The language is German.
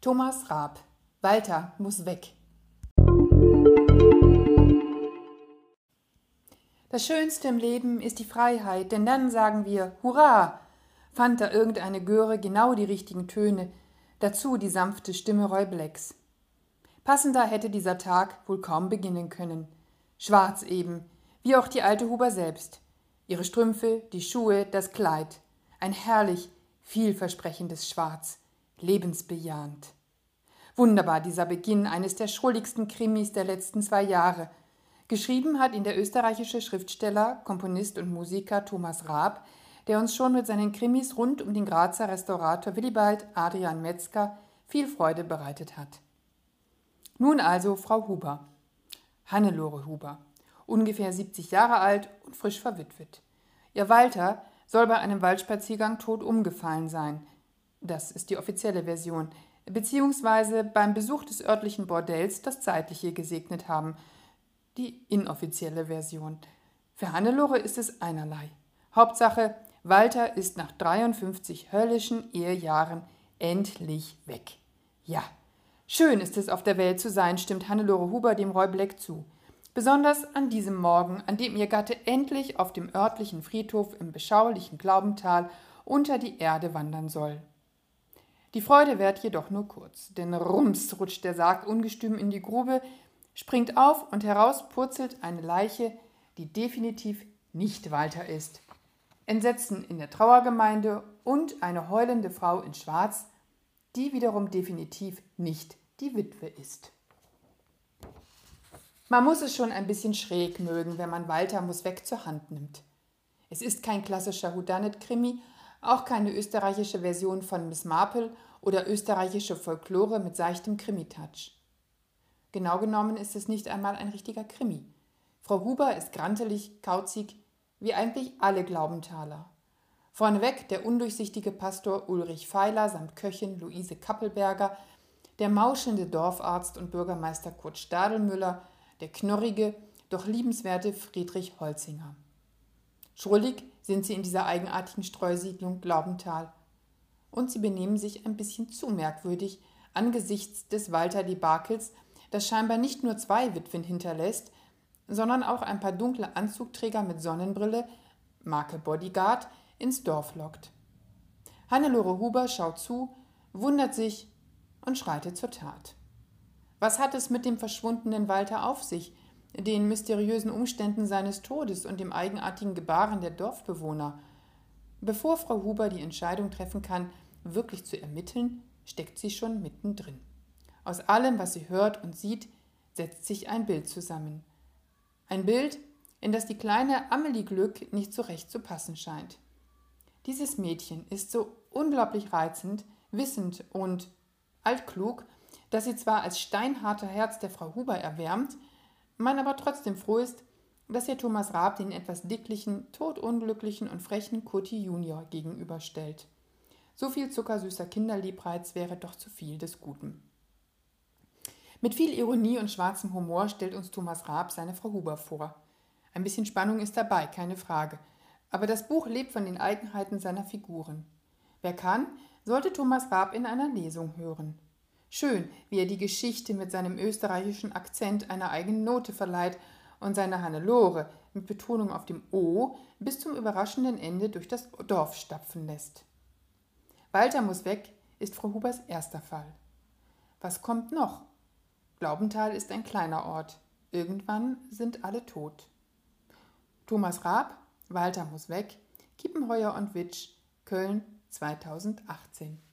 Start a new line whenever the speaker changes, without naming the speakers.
Thomas Raab. Walter muss weg. Das Schönste im Leben ist die Freiheit, denn dann sagen wir Hurra! Fand da irgendeine Göre genau die richtigen Töne, dazu die sanfte Stimme Roy Blacks. Passender hätte dieser Tag wohl kaum beginnen können. Schwarz eben, wie auch die alte Huber selbst. Ihre Strümpfe, die Schuhe, das Kleid. Ein herrlich, vielversprechendes Schwarz, lebensbejahend. Wunderbar dieser Beginn eines der schrulligsten Krimis der letzten 2 Jahre. Geschrieben hat ihn der österreichische Schriftsteller, Komponist und Musiker Thomas Raab, der uns schon mit seinen Krimis rund um den Grazer Restaurator Willibald Adrian Metzger viel Freude bereitet hat. Nun also Frau Huber. Hannelore Huber, ungefähr 70 Jahre alt und frisch verwitwet. Ihr Walter soll bei einem Waldspaziergang tot umgefallen sein. Das ist die offizielle Version, beziehungsweise beim Besuch des örtlichen Bordells das Zeitliche gesegnet haben. Die inoffizielle Version. Für Hannelore ist es einerlei. Hauptsache, Walter ist nach 53 höllischen Ehejahren endlich weg. Ja, schön ist es auf der Welt zu sein, stimmt Hannelore Huber dem Roy Black zu. Besonders an diesem Morgen, an dem ihr Gatte endlich auf dem örtlichen Friedhof im beschaulichen Glaubental unter die Erde wandern soll. Die Freude währt jedoch nur kurz, denn rums rutscht der Sarg ungestüm in die Grube, springt auf und heraus purzelt eine Leiche, die definitiv nicht Walter ist. Entsetzen in der Trauergemeinde und eine heulende Frau in Schwarz, die wiederum definitiv nicht die Witwe ist. Man muss es schon ein bisschen schräg mögen, wenn man Walter muss weg zur Hand nimmt. Es ist kein klassischer Whodunit-Krimi, auch keine österreichische Version von Miss Marple oder österreichische Folklore mit seichtem Krimi-Touch. Genau genommen ist es nicht einmal ein richtiger Krimi. Frau Huber ist grantelig, kauzig, wie eigentlich alle Glaubenthaler. Vorneweg der undurchsichtige Pastor Ulrich Feiler samt Köchin Luise Kappelberger, der mauschelnde Dorfarzt und Bürgermeister Kurt Stadelmüller, der knorrige, doch liebenswerte Friedrich Holzinger. Schrullig sind sie in dieser eigenartigen Streusiedlung Glaubental. Und sie benehmen sich ein bisschen zu merkwürdig angesichts des Walter-Debakels, das scheinbar nicht nur 2 Witwen hinterlässt, sondern auch ein paar dunkle Anzugträger mit Sonnenbrille, Marke Bodyguard, ins Dorf lockt. Hannelore Huber schaut zu, wundert sich und schreitet zur Tat. Was hat es mit dem verschwundenen Walter auf sich, den mysteriösen Umständen seines Todes und dem eigenartigen Gebaren der Dorfbewohner? Bevor Frau Huber die Entscheidung treffen kann, wirklich zu ermitteln, steckt sie schon mittendrin. Aus allem, was sie hört und sieht, setzt sich ein Bild zusammen. Ein Bild, in das die kleine Amelie Glück nicht so recht zu passen scheint. Dieses Mädchen ist so unglaublich reizend, wissend und altklug, dass sie zwar als steinharter Herz der Frau Huber erwärmt, man aber trotzdem froh ist, dass ihr Thomas Raab den etwas dicklichen, todunglücklichen und frechen Kurti Junior gegenüberstellt. So viel zuckersüßer Kinderliebreiz wäre doch zu viel des Guten. Mit viel Ironie und schwarzem Humor stellt uns Thomas Raab seine Frau Huber vor. Ein bisschen Spannung ist dabei, keine Frage. Aber das Buch lebt von den Eigenheiten seiner Figuren. Wer kann, sollte Thomas Raab in einer Lesung hören. Schön, wie er die Geschichte mit seinem österreichischen Akzent einer eigenen Note verleiht und seine Hannelore mit Betonung auf dem O bis zum überraschenden Ende durch das Dorf stapfen lässt. Walter muss weg ist Frau Hubers erster Fall. Was kommt noch? Glaubental ist ein kleiner Ort. Irgendwann sind alle tot. Thomas Raab, Walter muss weg, Kiepenheuer und Witsch, Köln 2018.